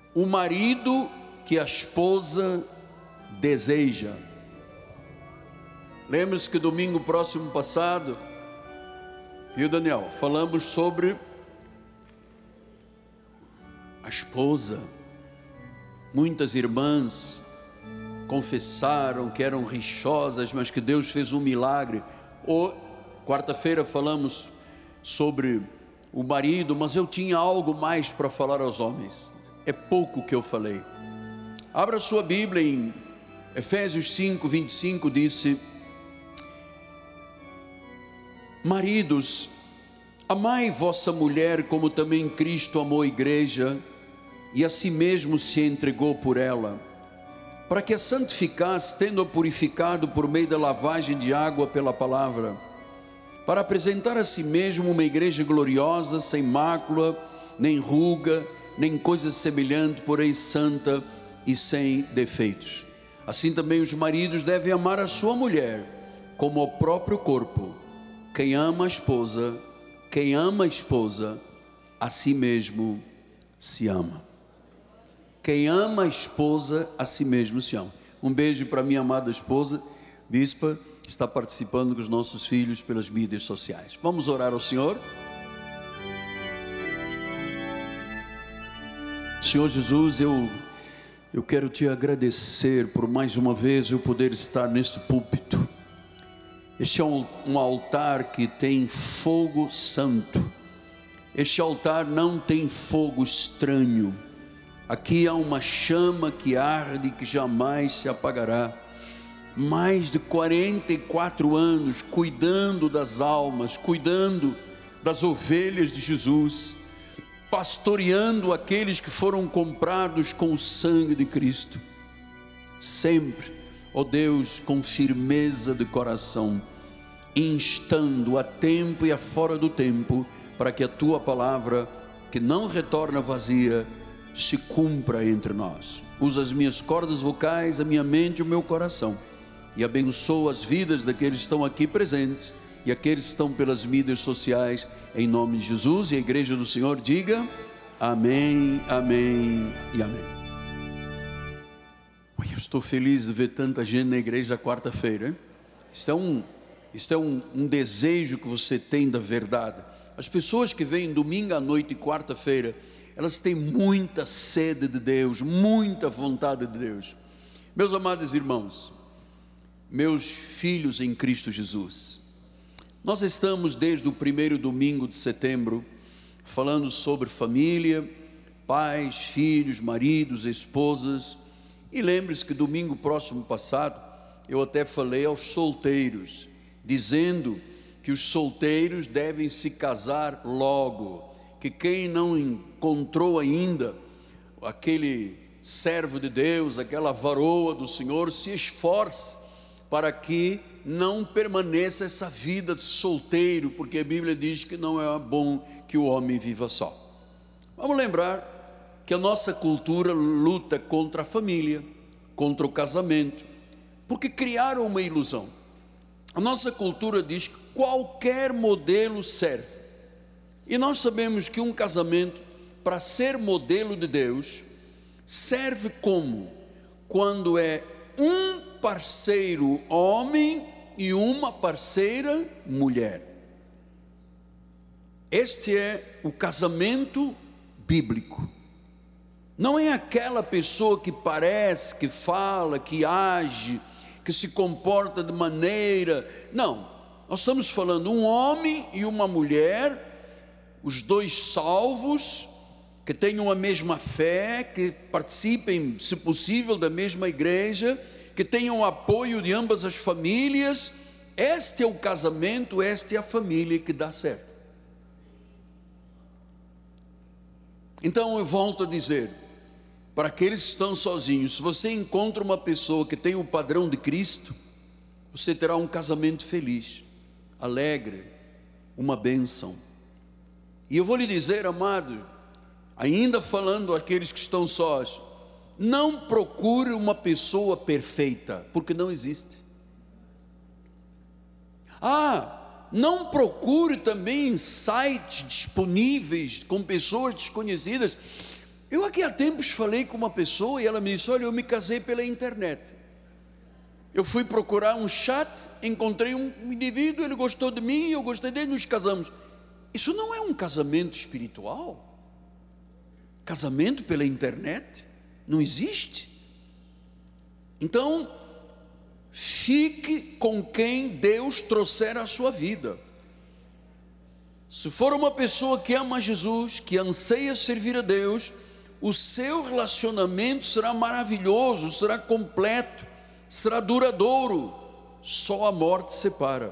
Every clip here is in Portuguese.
o marido que a esposa deseja. Lembre-se que domingo próximo passado, viu, Daniel, falamos sobre a esposa. Muitas irmãs confessaram que eram rixosas, mas que Deus fez um milagre. Quarta-feira falamos sobre o marido, mas eu tinha algo mais para falar aos homens. É pouco que eu falei. Abra sua Bíblia em Efésios 5, 25, disse: maridos, amai vossa mulher como também Cristo amou a igreja e a si mesmo se entregou por ela, para que a santificasse, tendo-a purificado por meio da lavagem de água pela palavra, para apresentar a si mesmo uma igreja gloriosa, sem mácula, nem ruga, nem coisa semelhante, porém santa e sem defeitos. Assim também os maridos devem amar a sua mulher como ao próprio corpo. Quem ama a esposa, a si mesmo se ama. Quem ama a esposa, a si mesmo se ama. Um beijo para minha amada esposa, bispa, que está participando com os nossos filhos pelas mídias sociais. Vamos orar ao Senhor. Senhor Jesus, eu quero te agradecer por mais uma vez eu poder estar neste púlpito. Este é um altar que tem fogo santo. Este altar não tem fogo estranho. Aqui há uma chama que arde, que jamais se apagará. Mais de 44 anos cuidando das almas, cuidando das ovelhas de Jesus, pastoreando aqueles que foram comprados com o sangue de Cristo. Sempre, ó Deus, com firmeza de coração, instando a tempo e a fora do tempo, para que a tua palavra, que não retorna vazia, se cumpra entre nós. Usa as minhas cordas vocais, a minha mente e o meu coração, e abençoa as vidas daqueles que estão aqui presentes e aqueles que estão pelas mídias sociais, em nome de Jesus. E a igreja do Senhor diga amém, amém e amém. Eu estou feliz de ver tanta gente na igreja quarta-feira. Isto é um desejo que você tem da verdade. As pessoas que vêm domingo à noite e quarta-feira, elas têm muita sede de Deus, muita vontade de Deus. Meus amados irmãos, meus filhos em Cristo Jesus, nós estamos desde o primeiro domingo de setembro falando sobre família, pais, filhos, maridos, esposas. E lembre-se que domingo próximo passado eu até falei aos solteiros, dizendo que os solteiros devem se casar logo, que quem não encontrou ainda aquele servo de Deus, aquela varoa do Senhor, se esforce para que não permaneça essa vida de solteiro, porque a Bíblia diz que não é bom que o homem viva só. Vamos lembrar que a nossa cultura luta contra a família, contra o casamento, porque criaram uma ilusão. A nossa cultura diz que qualquer modelo serve, e nós sabemos que um casamento, para ser modelo de Deus, serve como? Quando é um parceiro homem e uma parceira mulher. Este é o casamento bíblico. Não é aquela pessoa que parece, que fala, que age, que se comporta de maneira. Não, nós estamos falando um homem e uma mulher, os dois salvos, que tenham a mesma fé, que participem, se possível, da mesma igreja, que tenham o apoio de ambas as famílias. Este é o casamento, esta é a família que dá certo. Então eu volto a dizer, para aqueles que estão sozinhos, se você encontra uma pessoa que tem o padrão de Cristo, você terá um casamento feliz, alegre, uma bênção. E eu vou lhe dizer, amado, ainda falando àqueles que estão sós, não procure uma pessoa perfeita, porque não existe. Não procure também sites disponíveis com pessoas desconhecidas. Eu aqui há tempos falei com uma pessoa e ela me disse: olha, eu me casei pela internet. Eu fui procurar um chat, encontrei um indivíduo, ele gostou de mim, eu gostei dele, nos casamos. Isso não é um casamento espiritual? Casamento pela internet? Não existe. Então, fique com quem Deus trouxer à sua vida. Se for uma pessoa que ama Jesus, que anseia servir a Deus, o seu relacionamento será maravilhoso, será completo, será duradouro. Só a morte separa.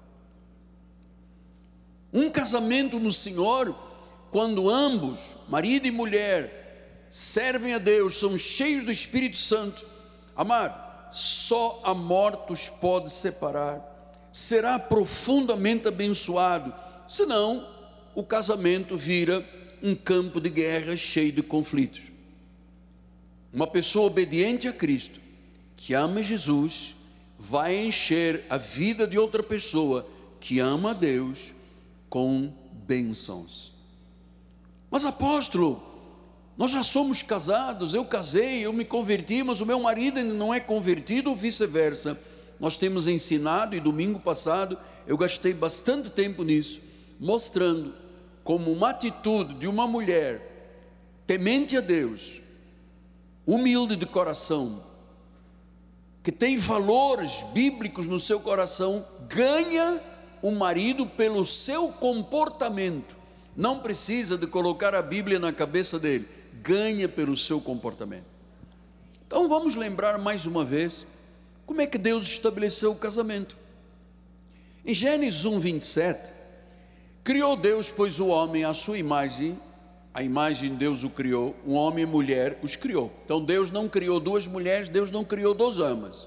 Um casamento no Senhor, quando ambos, marido e mulher, servem a Deus, são cheios do Espírito Santo, amado, só a morte os pode separar. Será profundamente abençoado. Senão, o casamento vira um campo de guerra cheio de conflitos. Uma pessoa obediente a Cristo, que ama Jesus, vai encher a vida de outra pessoa que ama a Deus com bênçãos. Mas apóstolo, nós já somos casados, eu casei, eu me converti, mas o meu marido ainda não é convertido, ou vice-versa. Nós temos ensinado, e domingo passado eu gastei bastante tempo nisso, mostrando como uma atitude de uma mulher temente a Deus, humilde de coração, que tem valores bíblicos no seu coração, ganha o marido pelo seu comportamento. Não precisa de colocar a Bíblia na cabeça dele, ganha pelo seu comportamento. Então vamos lembrar mais uma vez como é que Deus estabeleceu o casamento. Em Gênesis 1:27, criou Deus, pois, o homem à sua imagem, a imagem de Deus o criou, um homem e mulher os criou. Então Deus não criou duas mulheres, Deus não criou dois homens.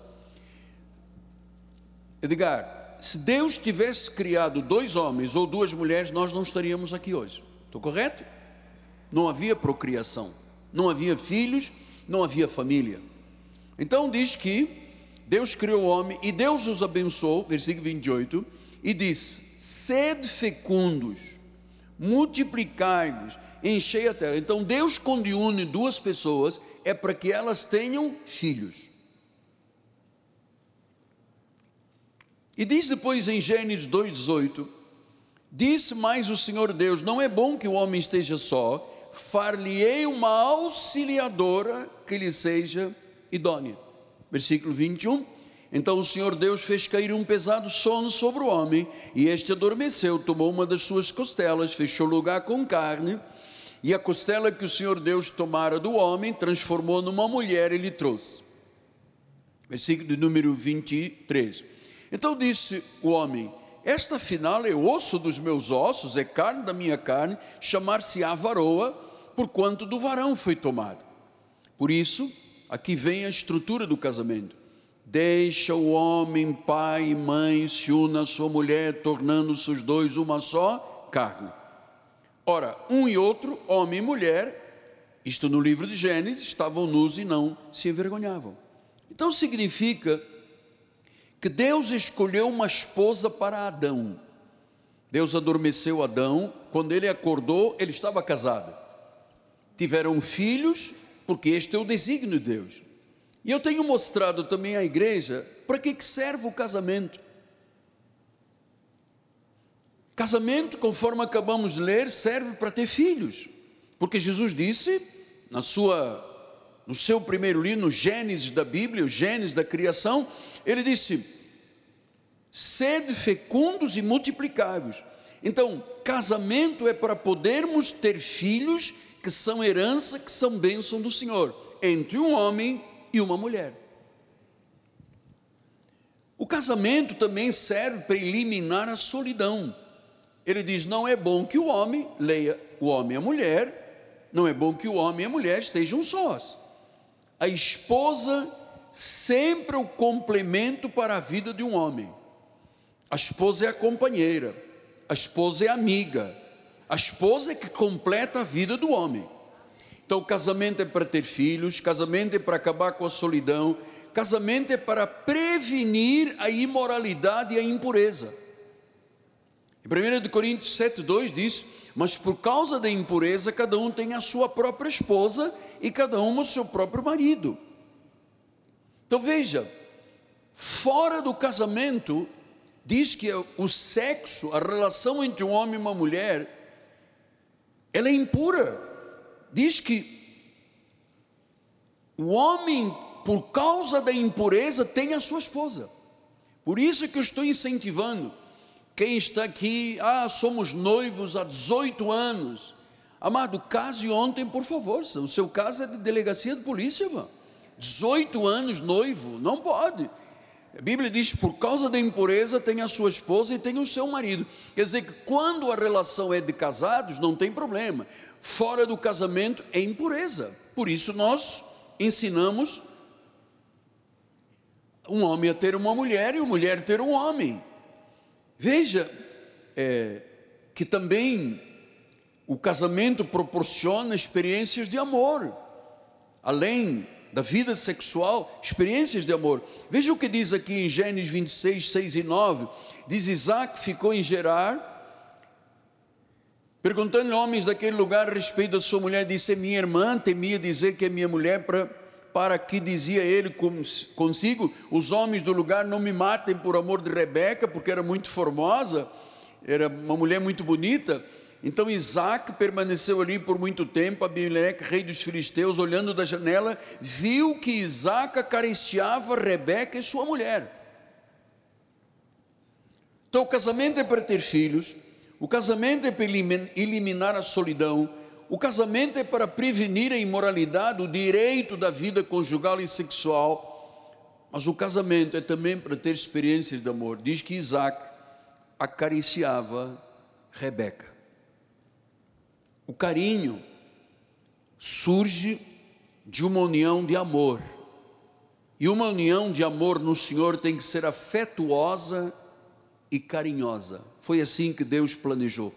Edgar, se Deus tivesse criado dois homens ou duas mulheres, nós não estaríamos aqui hoje. Estou correto? Não havia procriação, não havia filhos, não havia família. Então diz que Deus criou o homem e Deus os abençoou, versículo 28, e disse: sede fecundos, multiplicai-vos, enchei a terra. Então Deus, quando une duas pessoas, é para que elas tenham filhos. E diz depois em Gênesis 2:18, disse mais o Senhor Deus: não é bom que o homem esteja só, far-lhe-ei uma auxiliadora que lhe seja idônea. Versículo 21, então o Senhor Deus fez cair um pesado sono sobre o homem, e este adormeceu, tomou uma das suas costelas, fechou lugar com carne, e a costela que o Senhor Deus tomara do homem, transformou numa mulher e lhe trouxe. Versículo de número 23, então disse o homem: esta afinal é osso dos meus ossos, é carne da minha carne, chamar-se-á varoa, porquanto do varão foi tomado. Por isso, aqui vem a estrutura do casamento. Deixa o homem, pai e mãe, se une à sua mulher, tornando-se os dois uma só carne. Ora, um e outro, homem e mulher, isto no livro de Gênesis, estavam nus e não se envergonhavam. Então significa que Deus escolheu uma esposa para Adão. Deus adormeceu Adão, quando ele acordou, ele estava casado. Tiveram filhos, porque este é o desígnio de Deus. E eu tenho mostrado também à igreja para que serve o casamento. Casamento, conforme acabamos de ler, serve para ter filhos, porque Jesus disse no seu primeiro livro, no Gênesis da Bíblia, o Gênesis da criação, ele disse: sede fecundos e multiplicai-vos. Então, casamento é para podermos ter filhos que são herança, que são bênção do Senhor, entre um homem e uma mulher. O casamento também serve para eliminar a solidão. Ele diz: não é bom que o homem, leia o homem e a mulher, não é bom que o homem e a mulher estejam sós. A esposa sempre é o complemento para a vida de um homem. A esposa é a companheira, a esposa é a amiga, a esposa é que completa a vida do homem. Então o casamento é para ter filhos, casamento é para acabar com a solidão, casamento é para prevenir a imoralidade e a impureza. Em 1 Coríntios 7:2 diz: mas por causa da impureza, cada um tem a sua própria esposa e cada um o seu próprio marido. Então veja, fora do casamento, diz que o sexo, a relação entre um homem e uma mulher, ela é impura. Diz que o homem, por causa da impureza, tem a sua esposa. Por isso que eu estou incentivando quem está aqui, somos noivos há 18 anos. Amado, case ontem, por favor. O seu caso é de delegacia de polícia, irmão. 18 anos noivo, não pode. A Bíblia diz, por causa da impureza, tem a sua esposa e tem o seu marido. Quer dizer que quando a relação é de casados, não tem problema. Fora do casamento é impureza. Por isso nós ensinamos um homem a ter uma mulher e uma mulher a ter um homem. Veja que também o casamento proporciona experiências de amor, além da vida sexual, experiências de amor. Veja o que diz aqui em Gênesis 26, 6 e 9, diz: Isaac ficou em Gerar, perguntando-lhe homens daquele lugar a respeito da sua mulher, disse: minha irmã, temia dizer que é minha mulher, para que, dizia ele consigo, os homens do lugar não me matem por amor de Rebeca, porque era muito formosa, era uma mulher muito bonita. Então Isaac permaneceu ali por muito tempo. Abimeleque, rei dos filisteus, olhando da janela, viu que Isaac acariciava Rebeca e sua mulher. Então o casamento é para ter filhos, o casamento é para eliminar a solidão, o casamento é para prevenir a imoralidade, o direito da vida conjugal e sexual, mas o casamento é também para ter experiências de amor. Diz que Isaac acariciava Rebeca. O carinho surge de uma união de amor, e uma união de amor no Senhor tem que ser afetuosa e carinhosa. Foi assim que Deus planejou.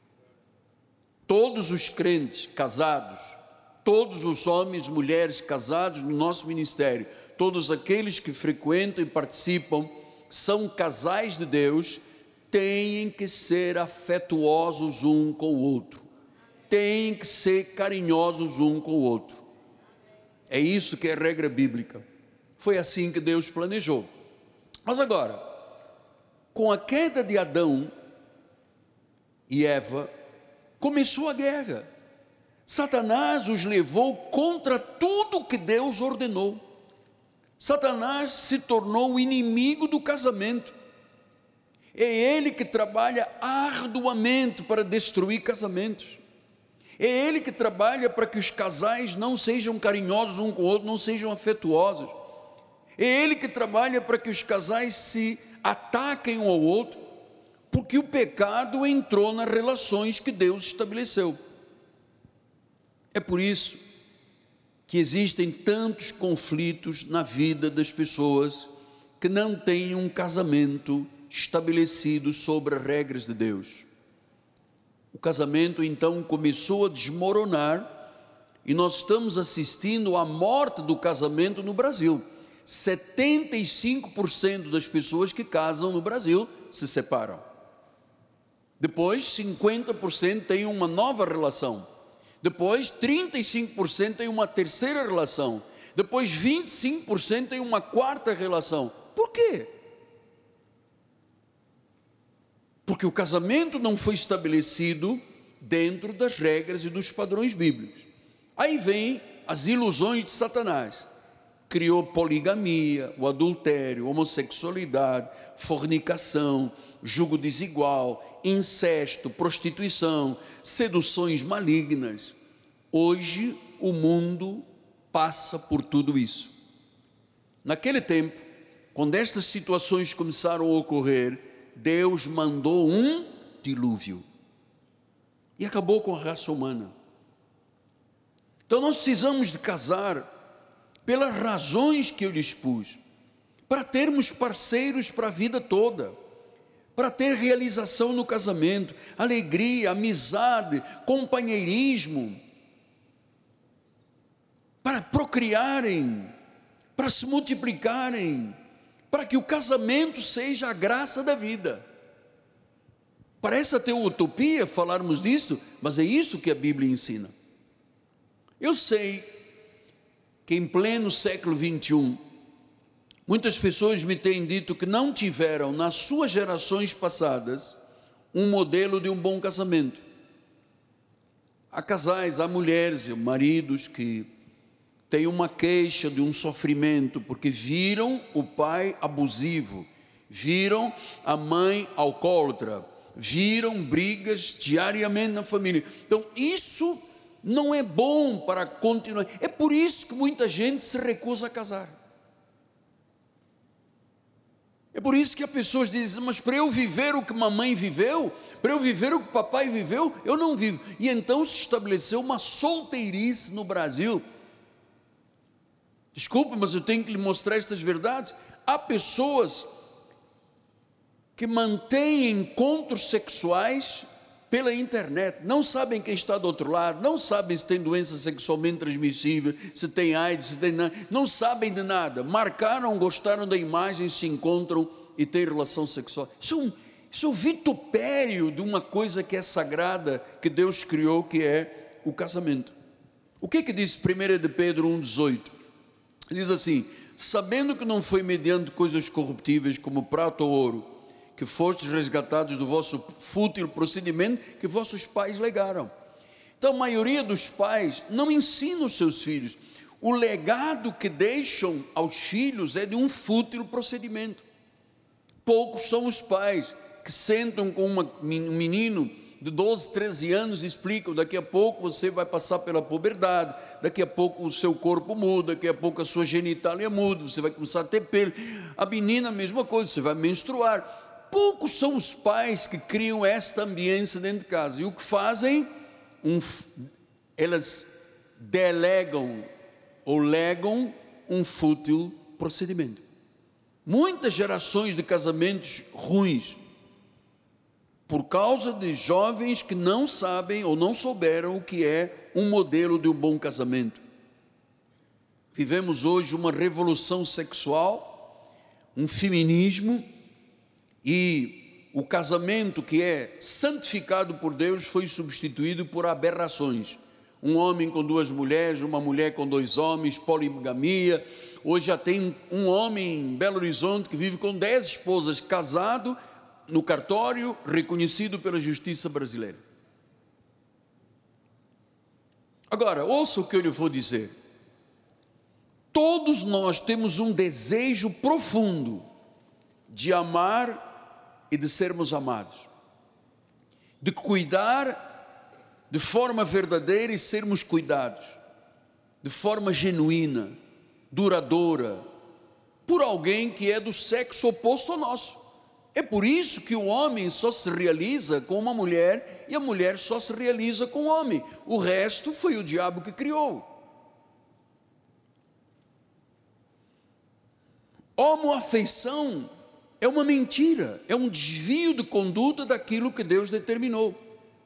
Todos os crentes casados, todos os homens e mulheres casados no nosso ministério, todos aqueles que frequentam e participam, são casais de Deus, têm que ser afetuosos um com o outro, têm que ser carinhosos um com o outro. É isso que é a regra bíblica. Foi assim que Deus planejou. Mas agora, com a queda de Adão e Eva, começou a guerra. Satanás os levou contra tudo que Deus ordenou. Satanás se tornou o inimigo do casamento. É ele que trabalha arduamente para destruir casamentos. É ele que trabalha para que os casais não sejam carinhosos um com o outro, não sejam afetuosos. É ele que trabalha para que os casais se ataquem um ao outro, porque o pecado entrou nas relações que Deus estabeleceu. É por isso que existem tantos conflitos na vida das pessoas que não têm um casamento estabelecido sobre as regras de Deus. O casamento então começou a desmoronar e nós estamos assistindo à morte do casamento no Brasil. 75% das pessoas que casam no Brasil se separam. Depois 50% têm uma nova relação. Depois 35% têm uma terceira relação. Depois 25% têm uma quarta relação. Por quê? Porque o casamento não foi estabelecido dentro das regras e dos padrões bíblicos. Aí vem as ilusões de Satanás. Criou poligamia, o adultério, homossexualidade, fornicação, jugo desigual, incesto, prostituição, seduções malignas. Hoje o mundo passa por tudo isso. Naquele tempo, quando estas situações começaram a ocorrer, Deus mandou um dilúvio e acabou com a raça humana. Então nós precisamos de casar pelas razões que eu lhes pus, para termos parceiros para a vida toda, para ter realização no casamento, alegria, amizade, companheirismo, para procriarem, para se multiplicarem, para que o casamento seja a graça da vida. Parece até utopia falarmos disso, mas é isso que a Bíblia ensina. Eu sei que em pleno século 21, muitas pessoas me têm dito que não tiveram nas suas gerações passadas um modelo de um bom casamento. Há casais, há mulheres e maridos que têm uma queixa de um sofrimento porque viram o pai abusivo, viram a mãe alcoólatra, viram brigas diariamente na família. Então isso não é bom para continuar. É por isso que muita gente se recusa a casar. É por isso que as pessoas dizem: mas para eu viver o que mamãe viveu, para eu viver o que papai viveu, eu não vivo. E então se estabeleceu uma solteirice no Brasil. Desculpe, mas eu tenho que lhe mostrar estas verdades. Há pessoas que mantêm encontros sexuais pela internet, não sabem quem está do outro lado, não sabem se tem doença sexualmente transmissível, se tem AIDS, se tem nada, não sabem de nada, marcaram, gostaram da imagem, se encontram e têm relação sexual. Isso é um vitupério de uma coisa que é sagrada, que Deus criou, que é o casamento. O que diz 1 de Pedro 1,18? Diz assim: sabendo que não foi mediante coisas corruptíveis como prata ou ouro, que fostes resgatados do vosso fútil procedimento que vossos pais legaram. Então a maioria dos pais não ensina os seus filhos. O legado que deixam aos filhos é de um fútil procedimento. Poucos são os pais que sentam com um menino de 12, 13 anos e explicam: daqui a pouco você vai passar pela puberdade, daqui a pouco o seu corpo muda, daqui a pouco a sua genitália muda, você vai começar a ter pelo. A menina, a mesma coisa, você vai menstruar. Poucos são os pais que criam esta ambiência dentro de casa. E o que fazem? Elas delegam ou legam um fútil procedimento. Muitas gerações de casamentos ruins, por causa de jovens que não sabem ou não souberam o que é um modelo de um bom casamento. Vivemos hoje uma revolução sexual, um feminismo, e o casamento que é santificado por Deus foi substituído por aberrações. Um homem com 2 mulheres, uma mulher com 2 homens, poligamia. Hoje já tem um homem em Belo Horizonte que vive com 10 esposas, casado no cartório, reconhecido pela justiça brasileira. Agora, ouça o que eu lhe vou dizer. Todos nós temos um desejo profundo de amar e de sermos amados, de cuidar de forma verdadeira e sermos cuidados, de forma genuína, duradoura, por alguém que é do sexo oposto ao nosso. É por isso que o homem só se realiza com uma mulher e a mulher só se realiza com o homem. O resto foi o diabo que criou. Homoafeição é uma mentira, é um desvio de conduta daquilo que Deus determinou.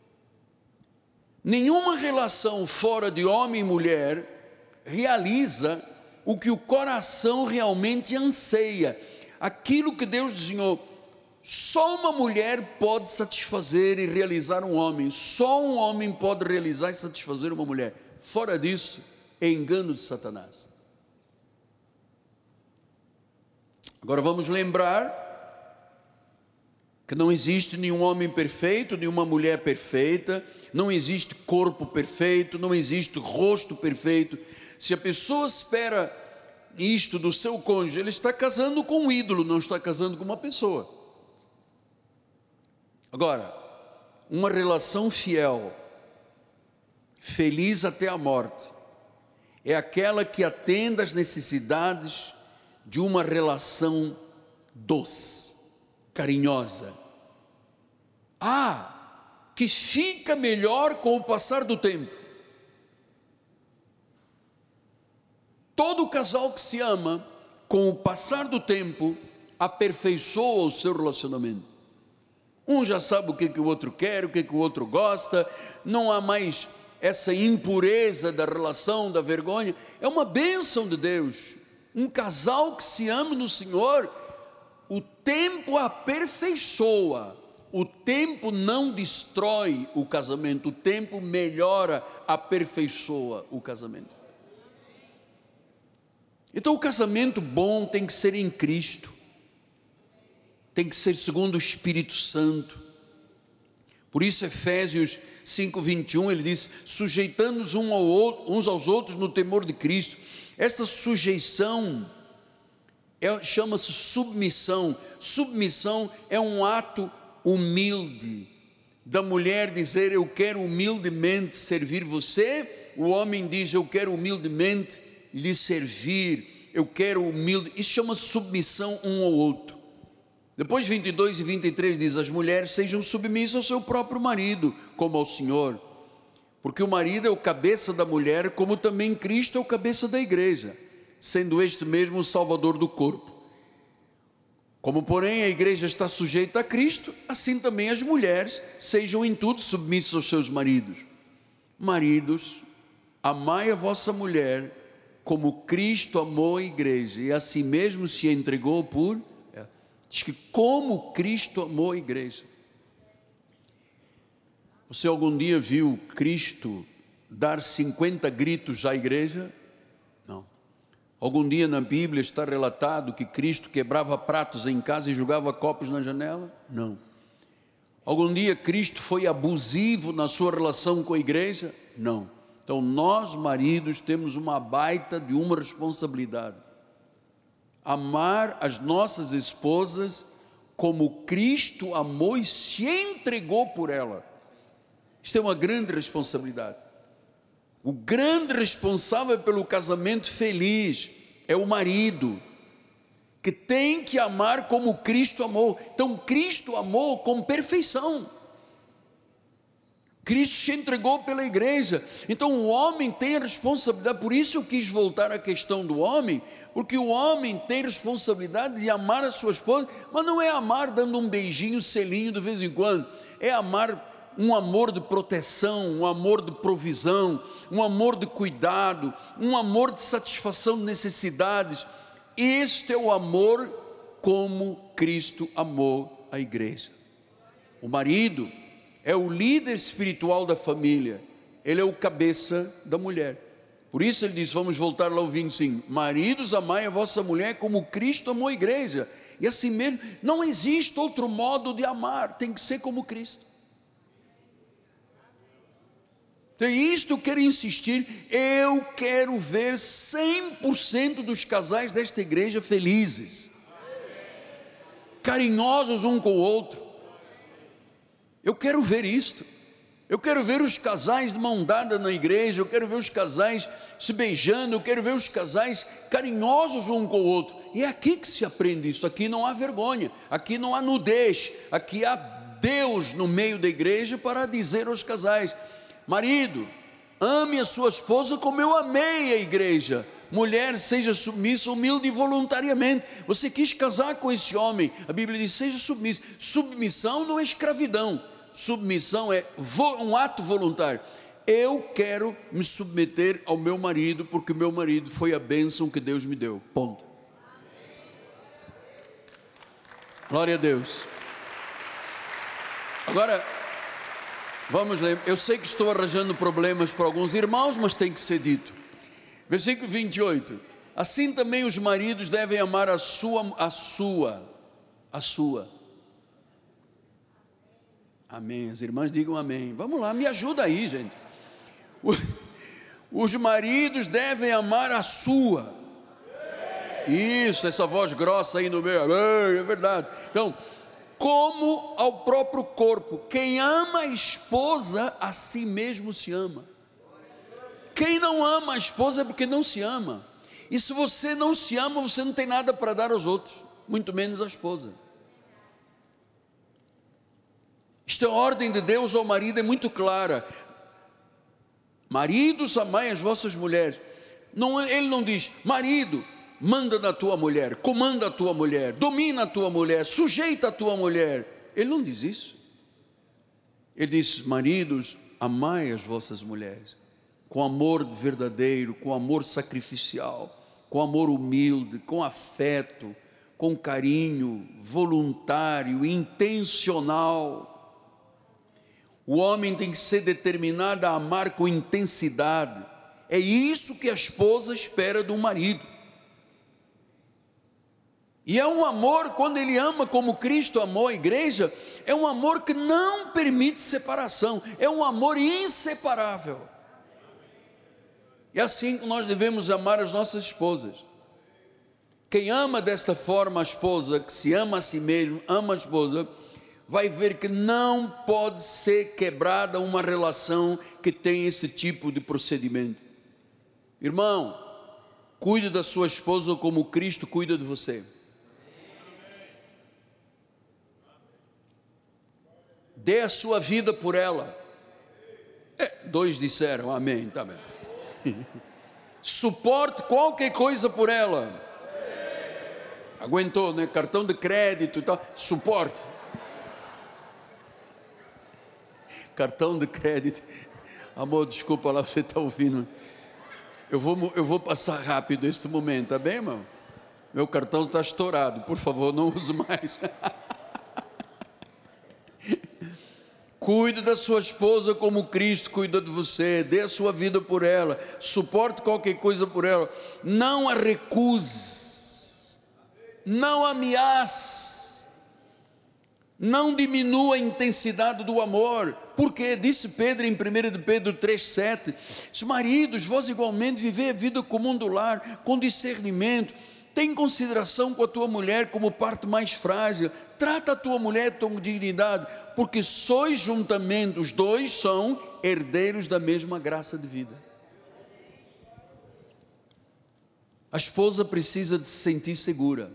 Nenhuma relação fora de homem e mulher realiza o que o coração realmente anseia, aquilo que Deus desenhou. Só uma mulher pode satisfazer e realizar um homem, só um homem pode realizar e satisfazer uma mulher. Fora disso, é engano de Satanás. Agora vamos lembrar que não existe nenhum homem perfeito, nenhuma mulher perfeita, não existe corpo perfeito, não existe rosto perfeito. Se a pessoa espera isto do seu cônjuge, ele está casando com um ídolo, não está casando com uma pessoa. Agora, uma relação fiel, feliz até a morte, é aquela que atende às necessidades de uma relação doce, carinhosa. Que fica melhor com o passar do tempo. Todo casal que se ama, com o passar do tempo, aperfeiçoa o seu relacionamento. Um já sabe o que o outro quer, o que o outro gosta, não há mais essa impureza da relação, da vergonha. É uma bênção de Deus. Um casal que se ama no Senhor, o tempo aperfeiçoa O tempo não destrói o casamento, o tempo melhora, aperfeiçoa o casamento. Então o casamento bom tem que ser em Cristo, tem que ser segundo o Espírito Santo. Por isso Efésios 5:21 ele diz: sujeitando-nos uns aos outros no temor de Cristo. Essa sujeição chama-se submissão. Submissão é um ato humilde da mulher dizer: eu quero humildemente servir você. O homem diz: eu quero humildemente lhe servir, eu quero humilde. Isso chama-se submissão um ao outro. Depois 22 e 23 diz: as mulheres sejam submissas ao seu próprio marido, como ao Senhor, porque o marido é o cabeça da mulher, como também Cristo é o cabeça da igreja, sendo este mesmo o salvador do corpo. Como porém a igreja está sujeita a Cristo, assim também as mulheres sejam em tudo submissas aos seus maridos. Maridos, amai a vossa mulher como Cristo amou a igreja e a si mesmo se entregou por... Diz que como Cristo amou a igreja. Você algum dia viu Cristo dar 50 gritos à igreja? Não. Algum dia na Bíblia está relatado que Cristo quebrava pratos em casa e jogava copos na janela? Não. Algum dia Cristo foi abusivo na sua relação com a igreja? Não. Então nós maridos temos uma baita de uma responsabilidade: amar as nossas esposas como Cristo amou e se entregou por ela. Isto é uma grande responsabilidade. O grande responsável pelo casamento feliz é o marido, que tem que amar como Cristo amou. Então Cristo amou com perfeição. Cristo se entregou pela igreja. Então o homem tem a responsabilidade. Por isso eu quis voltar à questão do homem, porque o homem tem responsabilidade de amar a sua esposa, mas não é amar dando um beijinho, selinho de vez em quando. É amar um amor de proteção, um amor de provisão, um amor de cuidado, um amor de satisfação de necessidades. Este é o amor como Cristo amou a igreja. O marido é o líder espiritual da família, ele é o cabeça da mulher. Por isso ele diz, vamos voltar lá ao 25: maridos, amai a vossa mulher como Cristo amou a igreja, e assim mesmo. Não existe outro modo de amar, tem que ser como Cristo. Então isto eu quero insistir. Eu quero ver 100% dos casais desta igreja felizes, carinhosos um com o outro. Eu quero ver isto. Eu quero ver os casais de mão dada na igreja, eu quero ver os casais se beijando, eu quero ver os casais carinhosos um com o outro. E é aqui que se aprende isso. Aqui não há vergonha, aqui não há nudez, aqui há Deus no meio da igreja para dizer aos casais: marido, ame a sua esposa como eu amei a igreja. Mulher, seja submissa, humilde e voluntariamente. Você quis casar com esse homem, a Bíblia diz: seja submissa. Submissão não é escravidão. Submissão é um ato voluntário. Eu quero me submeter ao meu marido, porque o meu marido foi a bênção que Deus me deu. Ponto. Glória a Deus. Agora, vamos ler. Eu sei que estou arranjando problemas para alguns irmãos, mas tem que ser dito. Versículo 28. Assim também os maridos devem amar a sua. Amém. As irmãs digam amém. Vamos lá, me ajuda aí, gente. Os maridos devem amar a sua. Isso, essa voz grossa aí no meio. É verdade. Então, como ao próprio corpo. Quem ama a esposa, a si mesmo se ama. Quem não ama a esposa é porque não se ama. E se você não se ama, você não tem nada para dar aos outros, muito menos a esposa. Isto é a ordem de Deus ao marido, é muito clara. Maridos, amai as vossas mulheres. Ele não diz: marido, manda na tua mulher, comanda a tua mulher, domina a tua mulher, sujeita a tua mulher. Ele não diz isso. Ele diz: maridos, amai as vossas mulheres, com amor verdadeiro, com amor sacrificial, com amor humilde, com afeto, com carinho, voluntário, intencional. O homem tem que ser determinado a amar com intensidade. É isso que a esposa espera do marido. E é um amor, quando ele ama como Cristo amou a igreja, é um amor que não permite separação, é um amor inseparável. É assim que nós devemos amar as nossas esposas. Quem ama desta forma a esposa, que se ama a si mesmo, ama a esposa, vai ver que não pode ser quebrada uma relação que tem esse tipo de procedimento. Irmão, cuide da sua esposa como Cristo cuida de você. Dê a sua vida por ela. Dois disseram amém, tá bem. Suporte qualquer coisa por ela. Aguentou, né? Cartão de crédito e tal. Suporte. Cartão de crédito. Amor, desculpa lá, você está ouvindo. Eu vou passar rápido este momento, tá bem, irmão? Meu cartão está estourado, por favor, não use mais. Cuide da sua esposa como Cristo cuida de você. Dê a sua vida por ela. Suporte qualquer coisa por ela. Não a recuse. Não ameace. Não diminua a intensidade do amor. Porque disse Pedro em 1 de Pedro 3,7: os maridos, vós igualmente vivei a vida comum do lar, com discernimento. Tem consideração com a tua mulher como parte mais frágil. Trata a tua mulher com dignidade, porque sois juntamente, os dois são herdeiros da mesma graça de vida. A esposa precisa de se sentir segura.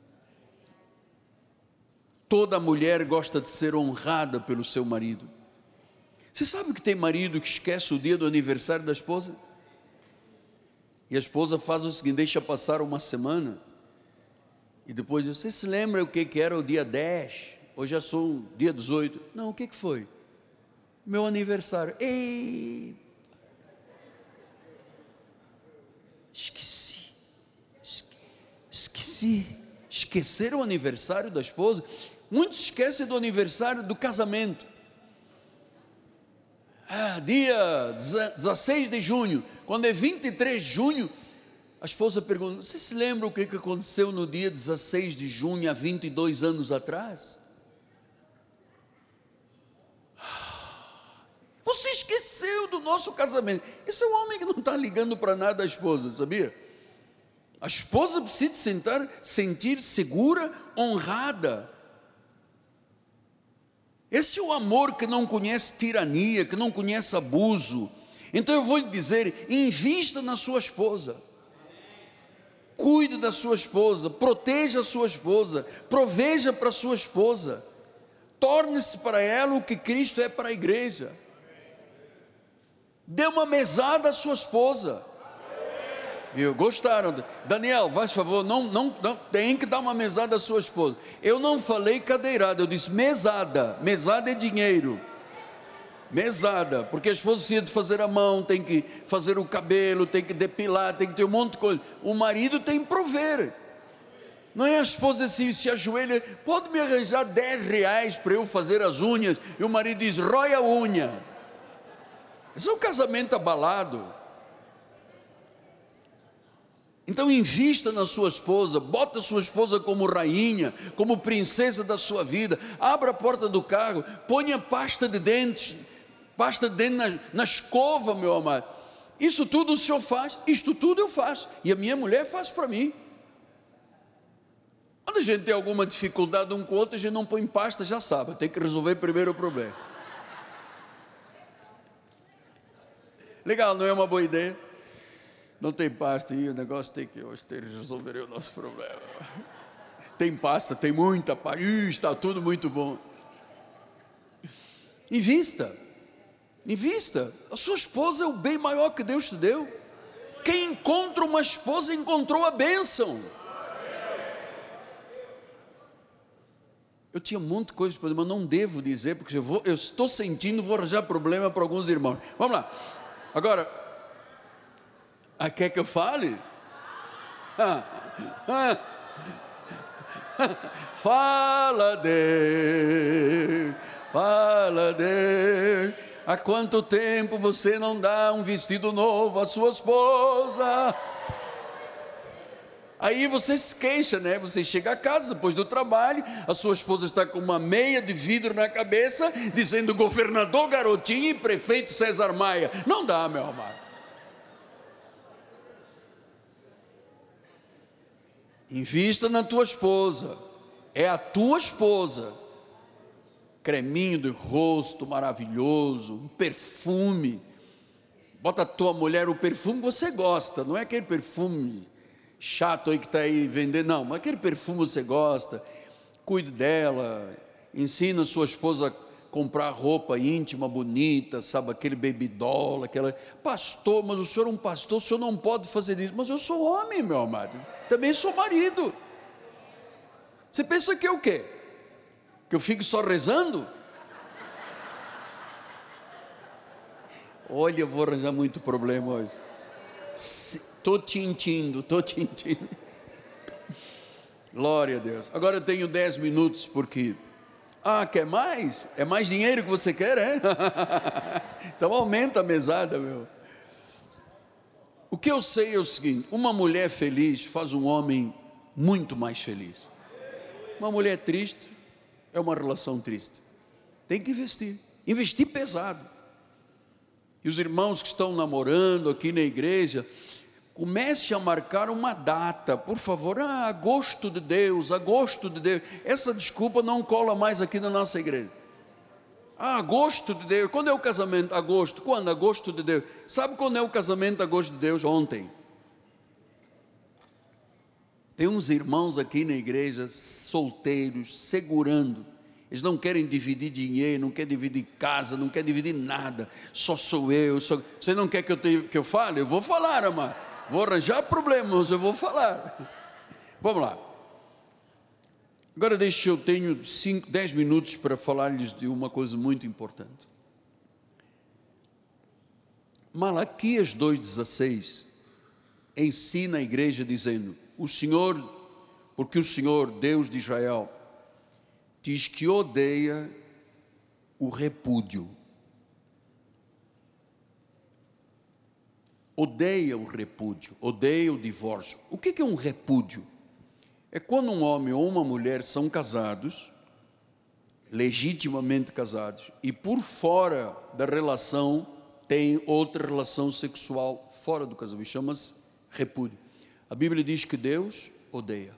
Toda mulher gosta de ser honrada pelo seu marido. Você sabe que tem marido que esquece o dia do aniversário da esposa? E a esposa faz o seguinte: deixa passar uma semana, e depois diz: você se lembra o que era o dia 10? Hoje já sou o dia 18. Não, o que foi? Meu aniversário. Ei, esqueci. Esqueceram o aniversário da esposa. Muitos esquecem do aniversário do casamento. Dia 16 de junho, quando é 23 de junho, a esposa pergunta: você se lembra o que aconteceu no dia 16 de junho, há 22 anos atrás? Você esqueceu do nosso casamento. Esse é um homem que não está ligando para nada a esposa, sabia? A esposa precisa sentir segura, honrada. Esse é o amor que não conhece tirania, que não conhece abuso. Então eu vou lhe dizer: invista na sua esposa. Cuide da sua esposa, proteja a sua esposa, proveja para a sua esposa. Torne-se para ela o que Cristo é para a igreja. Dê uma mesada à sua esposa. Viu? Gostaram? Daniel, faz favor, não, tem que dar uma mesada à sua esposa. Eu não falei cadeirada, eu disse mesada. Mesada é dinheiro. Mesada, porque a esposa precisa de fazer a mão, tem que fazer o cabelo, tem que depilar, tem que ter um monte de coisa. O marido tem que prover. Não é a esposa assim, se ajoelha: pode me arranjar R$10 para eu fazer as unhas? E o marido diz: rói a unha. Esse é um casamento abalado. Então invista na sua esposa, bota a sua esposa como rainha, como princesa da sua vida. Abra a porta do carro, ponha pasta de dente na escova, meu amado. Isso tudo o senhor faz, isto tudo eu faço, e a minha mulher faz para mim. Quando a gente tem alguma dificuldade um com o outro, a gente não põe pasta, já sabe, tem que resolver primeiro o problema. Legal, não é uma boa ideia? Não tem pasta e o negócio tem que hoje resolver o nosso problema. Tem pasta, tem muita pasta, está tudo muito bom. Invista. A sua esposa é o bem maior que Deus te deu. Quem encontra uma esposa encontrou a bênção. Eu tinha um monte de coisas para dizer, mas não devo dizer, porque eu estou sentindo, vou arranjar problema para alguns irmãos. Vamos lá. Agora, quer que eu fale? Fala, Deus. Fala, Deus. Há quanto tempo você não dá um vestido novo à sua esposa? Aí você se queixa, né? Você chega a casa depois do trabalho, a sua esposa está com uma meia de vidro na cabeça, dizendo governador Garotinho e prefeito César Maia. Não dá, meu amado. Invista na tua esposa. É a tua esposa. Creminho de rosto maravilhoso, um perfume. Bota a tua mulher o perfume que você gosta, não é aquele perfume chato aí que está aí vendendo, não, mas aquele perfume você gosta. Cuide dela, ensina a sua esposa a comprar roupa íntima, bonita, sabe, aquele baby doll, aquela, pastor, mas o senhor é um pastor, o senhor não pode fazer isso. Mas eu sou homem, meu amado, também sou marido. Você pensa que é o quê? Que eu fico só rezando? Olha, eu vou arranjar muito problema hoje. Estou tintindo. Glória a Deus. Agora eu tenho 10 minutos porque... quer mais? É mais dinheiro que você quer, é? Então aumenta a mesada, meu. O que eu sei é o seguinte: uma mulher feliz faz um homem muito mais feliz. Uma mulher triste é uma relação triste. Tem que investir pesado. E os irmãos que estão namorando aqui na igreja, comece a marcar uma data, por favor. Agosto de Deus. Essa desculpa não cola mais aqui na nossa igreja. Agosto de Deus. Quando é o casamento? Agosto. Quando? Agosto de Deus. Sabe quando é o casamento? Agosto de Deus? Ontem. Tem uns irmãos aqui na igreja, solteiros, segurando. Eles não querem dividir dinheiro, não querem dividir casa, não querem dividir nada. Só sou eu. Você não quer que eu fale? Eu vou falar, amado. Vou arranjar problemas, eu vou falar. Vamos lá. Agora eu tenho 10 minutos para falar-lhes de uma coisa muito importante. Malaquias 2,16 ensina a igreja dizendo: porque o Senhor, Deus de Israel, diz que odeia o repúdio. Odeia o repúdio, odeia o divórcio. O que é um repúdio? É quando um homem ou uma mulher são casados, legitimamente casados, e por fora da relação tem outra relação sexual fora do casamento. Chama-se repúdio. A Bíblia diz que Deus odeia.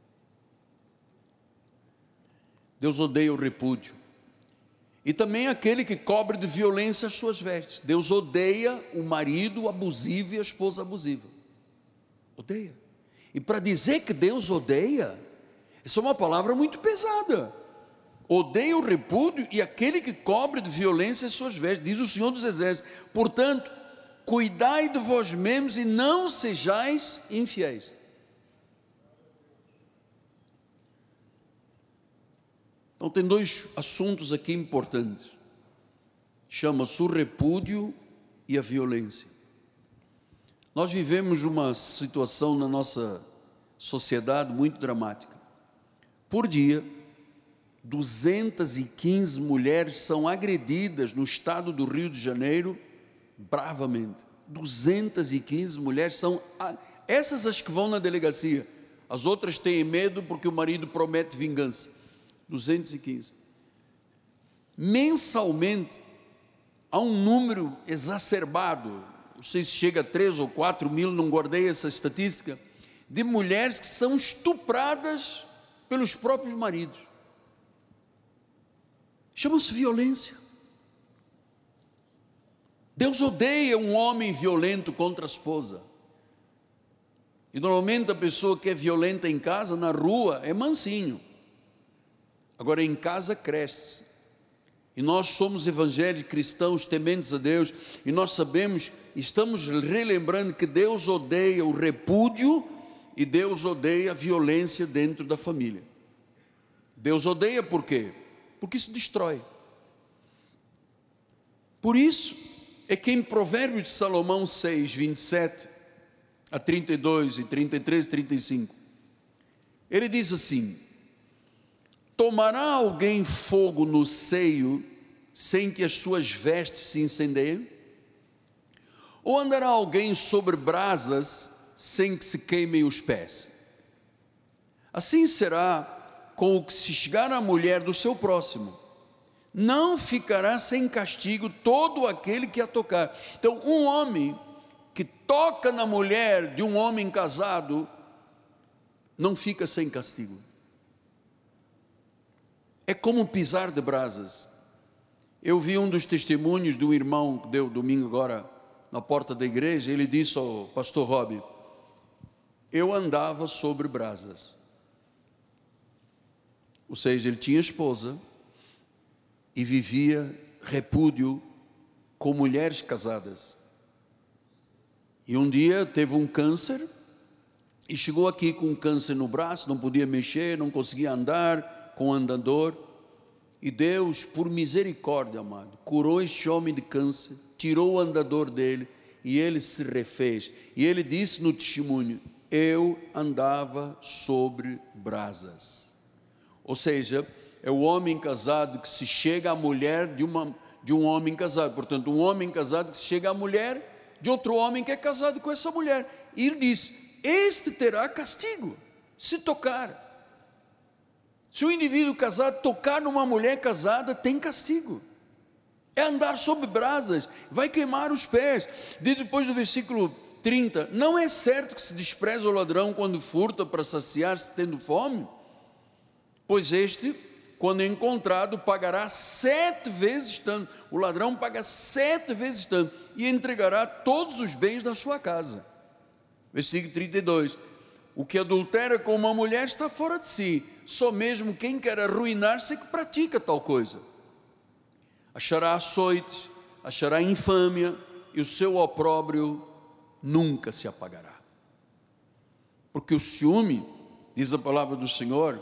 Deus odeia o repúdio. E também aquele que cobre de violência as suas vestes. Deus odeia o marido abusivo e a esposa abusiva. Odeia. E para dizer que Deus odeia, essa é uma palavra muito pesada. Odeia o repúdio e aquele que cobre de violência as suas vestes, diz o Senhor dos Exércitos. Portanto, cuidai de vós mesmos e não sejais infiéis. Então tem dois assuntos aqui importantes. Chama-se o repúdio e a violência. Nós vivemos uma situação na nossa sociedade muito dramática. Por dia, 215 mulheres são agredidas no estado do Rio de Janeiro, bravamente. 215 mulheres são... Essas as que vão na delegacia. As outras têm medo porque o marido promete vingança. 215. Mensalmente, há um número exacerbado, não sei se chega a 3 ou 4 mil, não guardei essa estatística, de mulheres que são estupradas pelos próprios maridos. Chama-se violência. Deus odeia um homem violento contra a esposa. E normalmente a pessoa que é violenta em casa, na rua, é mansinho. Agora em casa cresce. E nós somos evangélicos, cristãos, tementes a Deus, e nós sabemos, estamos relembrando que Deus odeia o repúdio e Deus odeia a violência dentro da família. Deus odeia por quê? Porque isso destrói. Por isso é que em Provérbios de Salomão 6, 27 a 32 e 33 e 35, ele diz assim: tomará alguém fogo no seio, sem que as suas vestes se incendeiem? Ou andará alguém sobre brasas, sem que se queimem os pés? Assim será com o que se chegar à mulher do seu próximo. Não ficará sem castigo todo aquele que a tocar. Então, um homem que toca na mulher de um homem casado, não fica sem castigo. É como pisar de brasas. Eu vi um dos testemunhos de um irmão que deu domingo agora na porta da igreja. Ele disse ao pastor Rob: eu andava sobre brasas. Ou seja, ele tinha esposa e vivia repúdio com mulheres casadas. E um dia teve um câncer e chegou aqui com um câncer no braço, não podia mexer, não conseguia andar com andador. E Deus, por misericórdia, amado, curou este homem de câncer, tirou o andador dele e ele se refez. E ele disse no testemunho: eu andava sobre brasas. Ou seja, é o homem casado que se chega à mulher de um homem casado. Portanto, um homem casado que se chega à mulher de outro homem que é casado com essa mulher. E ele diz: este terá castigo, se tocar. Se o indivíduo casado tocar numa mulher casada, tem castigo. É andar sobre brasas, vai queimar os pés. Diz depois do versículo 30, não é certo que se despreza o ladrão quando furta para saciar-se tendo fome? Pois este, quando encontrado, pagará 7 vezes tanto. O ladrão paga 7 vezes tanto e entregará todos os bens da sua casa. Versículo 32, o que adultera com uma mulher está fora de si. Só mesmo quem quer arruinar-se é que pratica tal coisa. Achará açoites, achará infâmia, e o seu opróbrio nunca se apagará. Porque o ciúme, diz a palavra do Senhor,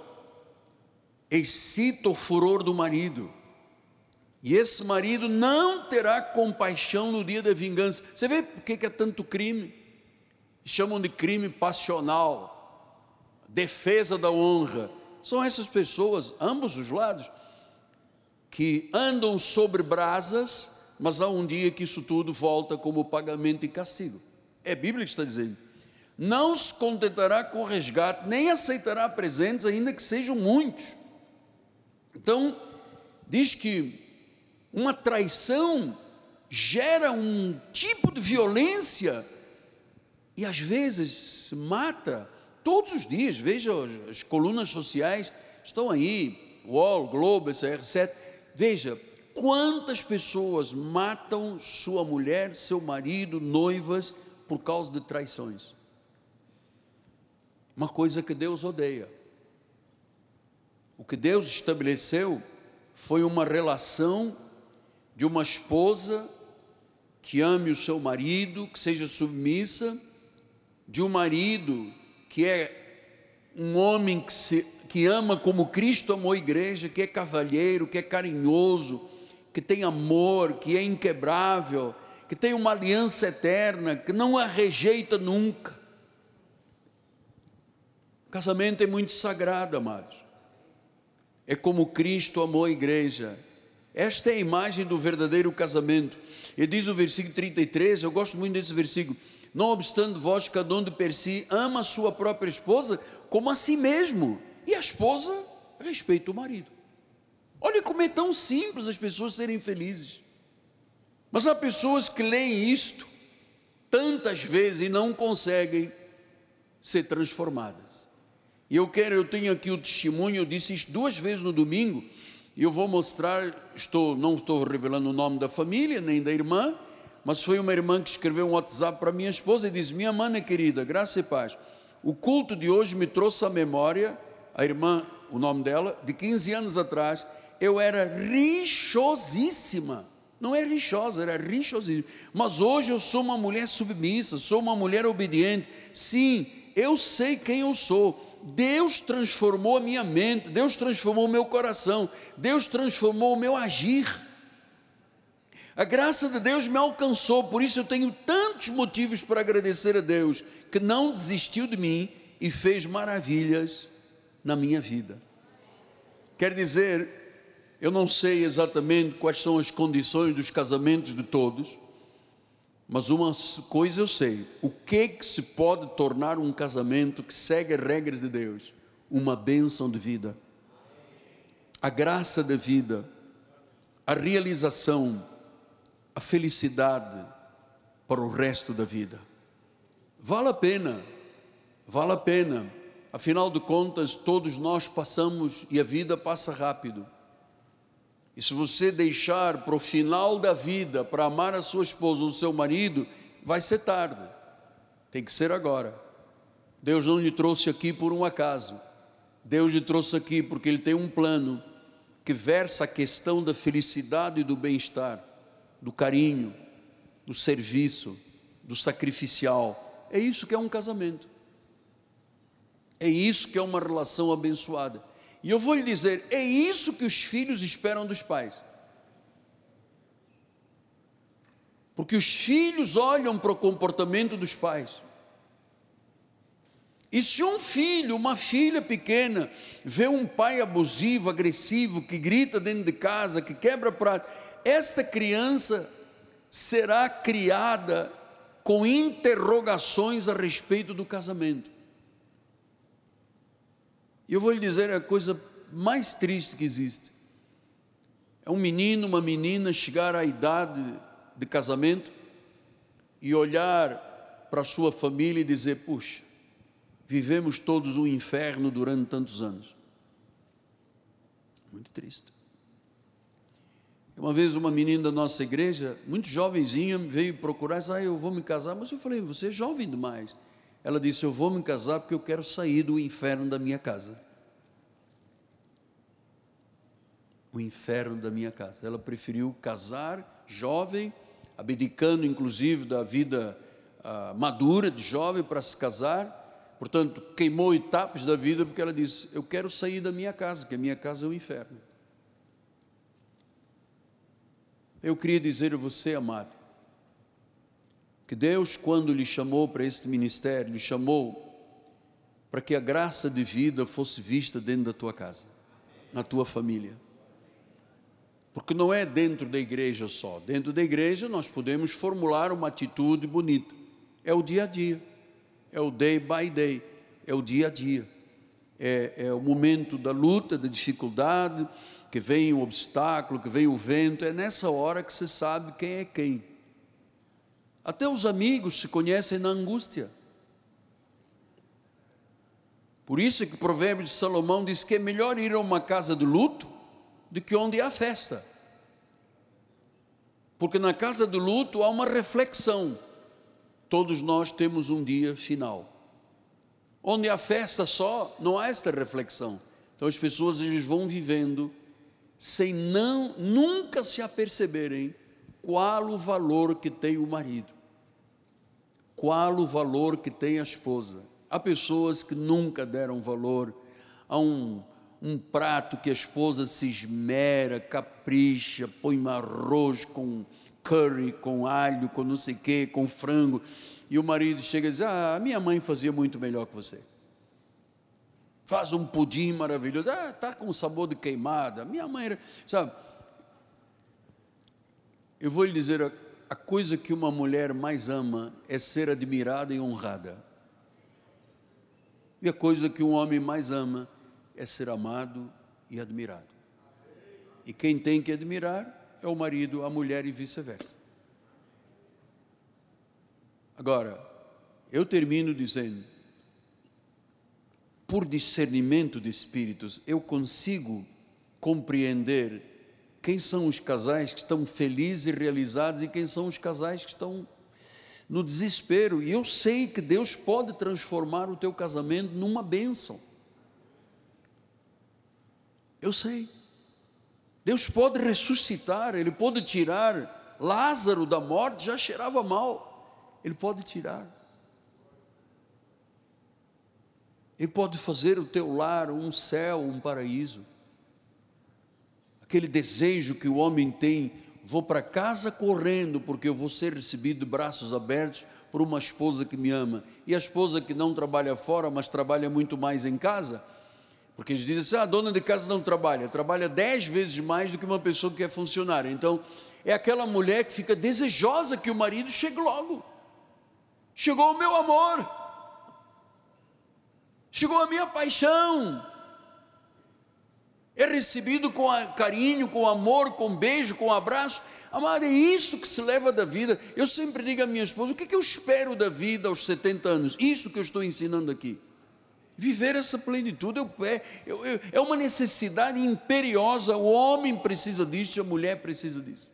excita o furor do marido, e esse marido não terá compaixão no dia da vingança. Você vê por que é tanto crime? Chamam de crime passional, defesa da honra. São essas pessoas, ambos os lados, que andam sobre brasas, mas há um dia que isso tudo volta como pagamento e castigo. É a Bíblia que está dizendo: não se contentará com resgate, nem aceitará presentes, ainda que sejam muitos. Então, diz que uma traição gera um tipo de violência, e às vezes se mata todos os dias. Veja, as colunas sociais estão aí, UOL, Globo, CR7. Veja quantas pessoas matam sua mulher, seu marido, noivas, por causa de traições. Uma coisa que Deus odeia. O que Deus estabeleceu foi uma relação de uma esposa que ame o seu marido, que seja submissa, de um marido que é um homem que ama como Cristo amou a igreja, que é cavalheiro, que é carinhoso, que tem amor, que é inquebrável, que tem uma aliança eterna, que não a rejeita nunca. O casamento é muito sagrado, amados. É como Cristo amou a igreja. Esta é a imagem do verdadeiro casamento. E diz o versículo 33, eu gosto muito desse versículo: não obstante vós, cada um de per si, ama a sua própria esposa como a si mesmo, e a esposa respeita o marido. Olha como é tão simples as pessoas serem felizes. Mas há pessoas que leem isto tantas vezes e não conseguem ser transformadas. E eu tenho aqui o testemunho, eu disse isto 2 vezes no domingo, e eu vou mostrar, não estou revelando o nome da família, nem da irmã, mas foi uma irmã que escreveu um WhatsApp para minha esposa e disse: minha mana querida, graça e paz, o culto de hoje me trouxe à memória, a irmã, o nome dela, de 15 anos atrás, eu era rixosíssima, não é rixosa, era rixosíssima, mas hoje eu sou uma mulher submissa, sou uma mulher obediente. Sim, eu sei quem eu sou. Deus transformou a minha mente, Deus transformou o meu coração, Deus transformou o meu agir. A graça de Deus me alcançou, por isso eu tenho tantos motivos para agradecer a Deus, que não desistiu de mim e fez maravilhas na minha vida. Quer dizer, eu não sei exatamente quais são as condições dos casamentos de todos, mas uma coisa eu sei: o que se pode tornar um casamento que segue as regras de Deus? Uma bênção de vida, a graça da vida, a realização, a felicidade para o resto da vida. Vale a pena, vale a pena. Afinal de contas, todos nós passamos e a vida passa rápido. E se você deixar para o final da vida para amar a sua esposa ou o seu marido, vai ser tarde. Tem que ser agora. Deus não lhe trouxe aqui por um acaso. Deus lhe trouxe aqui porque Ele tem um plano que versa a questão da felicidade e do bem-estar, do carinho, do serviço, do sacrificial. É isso que é um casamento. É isso que é uma relação abençoada. E eu vou lhe dizer, é isso que os filhos esperam dos pais. Porque os filhos olham para o comportamento dos pais. E se um filho, uma filha pequena, vê um pai abusivo, agressivo, que grita dentro de casa, que quebra prato, esta criança será criada com interrogações a respeito do casamento. E eu vou lhe dizer a coisa mais triste que existe. É um menino, uma menina chegar à idade de casamento e olhar para a sua família e dizer: puxa, vivemos todos um inferno durante tantos anos. Muito triste. Uma vez uma menina da nossa igreja, muito jovenzinha, veio procurar e disse: eu vou me casar. Mas eu falei: você é jovem demais. Ela disse: eu vou me casar porque eu quero sair do inferno da minha casa. O inferno da minha casa. Ela preferiu casar jovem, abdicando inclusive da vida madura de jovem para se casar. Portanto, queimou etapas da vida porque ela disse: eu quero sair da minha casa, porque a minha casa é o inferno. Eu queria dizer a você, amado, que Deus, quando lhe chamou para este ministério, lhe chamou para que a graça de vida fosse vista dentro da tua casa, na tua família. Porque não é dentro da igreja só. Dentro da igreja nós podemos formular uma atitude bonita. É o dia a dia, é o day by day, é o dia a dia. É o momento da luta, da dificuldade, que vem o obstáculo, que vem o vento. É nessa hora que se sabe quem é quem. Até os amigos se conhecem na angústia. Por isso que o provérbio de Salomão diz que é melhor ir a uma casa de luto do que onde há festa. Porque na casa do luto há uma reflexão. Todos nós temos um dia final. Onde há festa só, não há esta reflexão. Então as pessoas às vezes vão vivendo sem nunca se aperceberem qual o valor que tem o marido, qual o valor que tem a esposa. Há pessoas que nunca deram valor a um prato que a esposa se esmera, capricha, põe um arroz com curry, com alho, com não sei o quê, com frango, e o marido chega e diz: a minha mãe fazia muito melhor que você. Faz um pudim maravilhoso, está com sabor de queimada, minha mãe era, sabe? Eu vou lhe dizer, a coisa que uma mulher mais ama é ser admirada e honrada. E a coisa que um homem mais ama é ser amado e admirado. E quem tem que admirar é o marido, a mulher e vice-versa. Agora, eu termino dizendo, por discernimento de espíritos, eu consigo compreender quem são os casais que estão felizes e realizados e quem são os casais que estão no desespero. E eu sei que Deus pode transformar o teu casamento numa bênção. Eu sei. Deus pode ressuscitar, Ele pode tirar Lázaro da morte, já cheirava mal. Ele pode tirar. Ele pode fazer o teu lar um céu, um paraíso. Aquele desejo que o homem tem: vou para casa correndo, porque eu vou ser recebido de braços abertos por uma esposa que me ama. E a esposa que não trabalha fora, mas trabalha muito mais em casa, Porque eles dizem assim, a dona de casa não trabalha 10 vezes mais do que uma pessoa que é funcionária. Então, é aquela mulher que fica desejosa que o marido chegue logo. Chegou o meu amor, chegou a minha paixão. É recebido com carinho, com amor, com beijo, com abraço. Amado, é isso que se leva da vida. Eu sempre digo à minha esposa, o que eu espero da vida aos 70 anos? Isso que eu estou ensinando aqui. Viver essa plenitude é uma necessidade imperiosa. O homem precisa disso, a mulher precisa disso.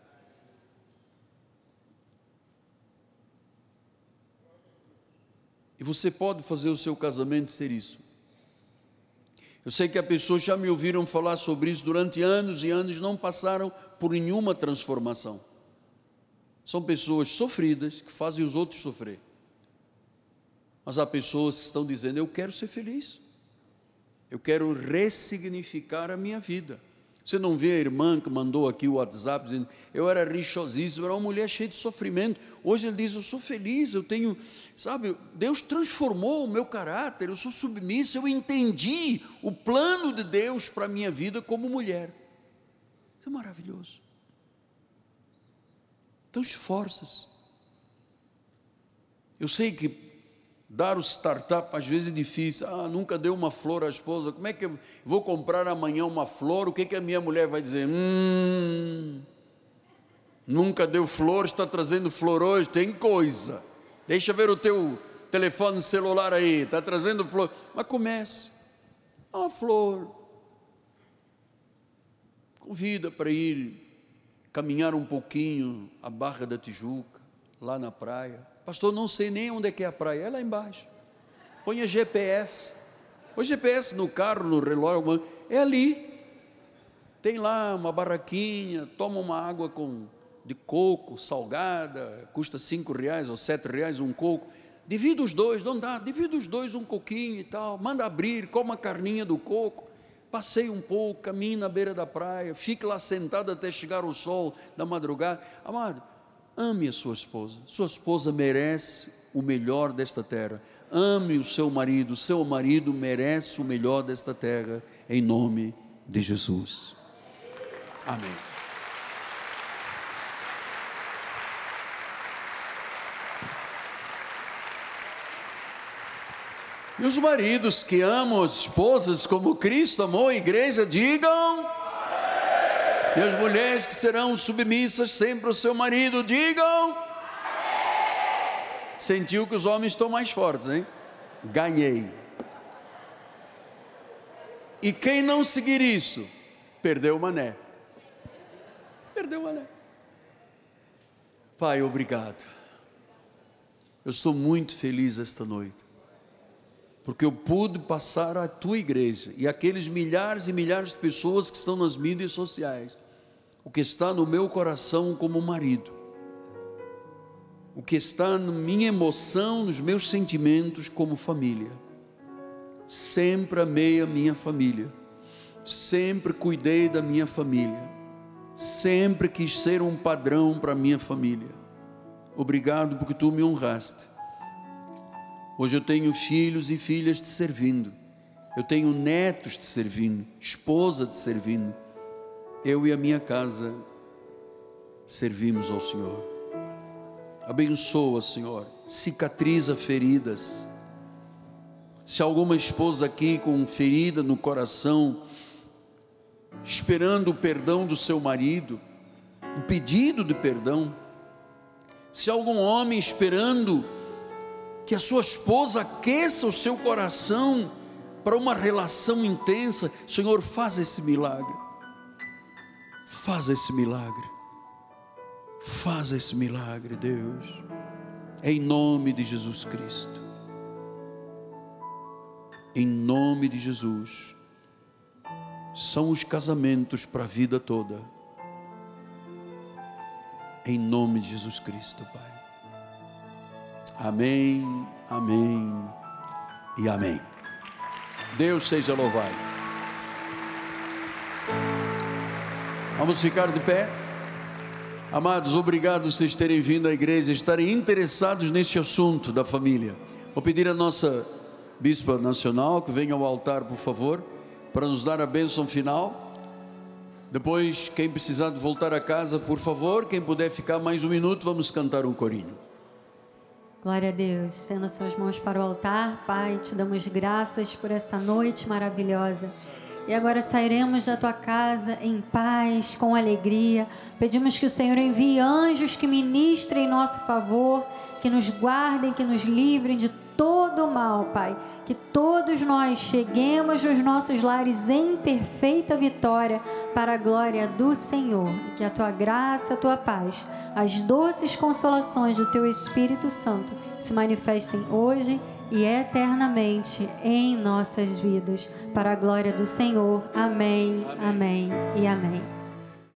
E você pode fazer o seu casamento ser isso. Eu sei que as pessoas já me ouviram falar sobre isso durante anos e anos, não passaram por nenhuma transformação. São pessoas sofridas que fazem os outros sofrer. Mas há pessoas que estão dizendo, eu quero ser feliz. Eu quero ressignificar a minha vida. Você não vê a irmã que mandou aqui o WhatsApp dizendo, eu era rixosíssima, era uma mulher cheia de sofrimento. Hoje ele diz, eu sou feliz, eu tenho, sabe, Deus transformou o meu caráter, eu sou submissa, eu entendi o plano de Deus para a minha vida como mulher. Isso é maravilhoso. Então esforça-se. Eu sei que dar o startup às vezes é difícil. Nunca deu uma flor à esposa. Como é que eu vou comprar amanhã uma flor? O que a minha mulher vai dizer? Nunca deu flor, está trazendo flor hoje. Tem coisa. Deixa ver o teu telefone celular aí. Está trazendo flor. Mas comece. Uma flor. Convida para ir caminhar um pouquinho a Barra da Tijuca, lá na praia. Pastor, não sei nem onde é que é a praia, é lá embaixo. Ponha GPS. Põe GPS no carro, no relógio, é ali. Tem lá uma barraquinha, toma uma água de coco, salgada, custa R$5 ou R$7 um coco. Divida os dois, não dá, divida os dois um coquinho e tal. Manda abrir, coma a carninha do coco. Passeie um pouco, caminhe na beira da praia, fique lá sentado até chegar o sol da madrugada. Amado, ame a sua esposa merece o melhor desta terra. Ame o seu marido merece o melhor desta terra, em nome de Jesus. Amém. E os maridos que amam as esposas como Cristo amou a igreja, digam. E as mulheres que serão submissas sempre ao seu marido, digam. Sentiu que os homens estão mais fortes, hein? Ganhei. E quem não seguir isso, perdeu o mané. Perdeu o mané. Pai, obrigado. Eu estou muito feliz esta noite, porque eu pude passar à tua igreja e aqueles milhares e milhares de pessoas que estão nas mídias sociais, o que está no meu coração como marido, o que está na minha emoção, nos meus sentimentos como família. Sempre amei a minha família, sempre cuidei da minha família, sempre quis ser um padrão para a minha família. Obrigado porque tu me honraste. Hoje eu tenho filhos e filhas te servindo, eu tenho netos te servindo, esposa te servindo. Eu e a minha casa servimos ao Senhor. Abençoa, Senhor, cicatriza feridas. Se alguma esposa aqui com ferida no coração, esperando o perdão do seu marido, o pedido de perdão, se algum homem esperando que a sua esposa aqueça o seu coração para uma relação intensa, Senhor, faz esse milagre. Faz esse milagre. Faz esse milagre, Deus, em nome de Jesus Cristo. Em nome de Jesus. São os casamentos para a vida toda. Em nome de Jesus Cristo, Pai. Amém, amém e amém. Deus seja louvado. Vamos ficar de pé. Amados, obrigado vocês terem vindo à igreja, estarem interessados nesse assunto da família. Vou pedir a nossa bispa nacional que venha ao altar, por favor. para nos dar a bênção final. Depois, quem precisar de voltar a casa, por favor, quem puder ficar mais um minuto, vamos cantar um corinho. Glória a Deus. Estenda suas mãos para o altar. Pai, te damos graças por essa noite maravilhosa. E agora sairemos da tua casa em paz, com alegria. Pedimos que o Senhor envie anjos que ministrem em nosso favor, que nos guardem, que nos livrem de todo o mal, Pai. Que todos nós cheguemos nos nossos lares em perfeita vitória para a glória do Senhor. E que a tua graça, a tua paz, as doces consolações do teu Espírito Santo se manifestem hoje e eternamente em nossas vidas, para a glória do Senhor. Amém, amém e amém.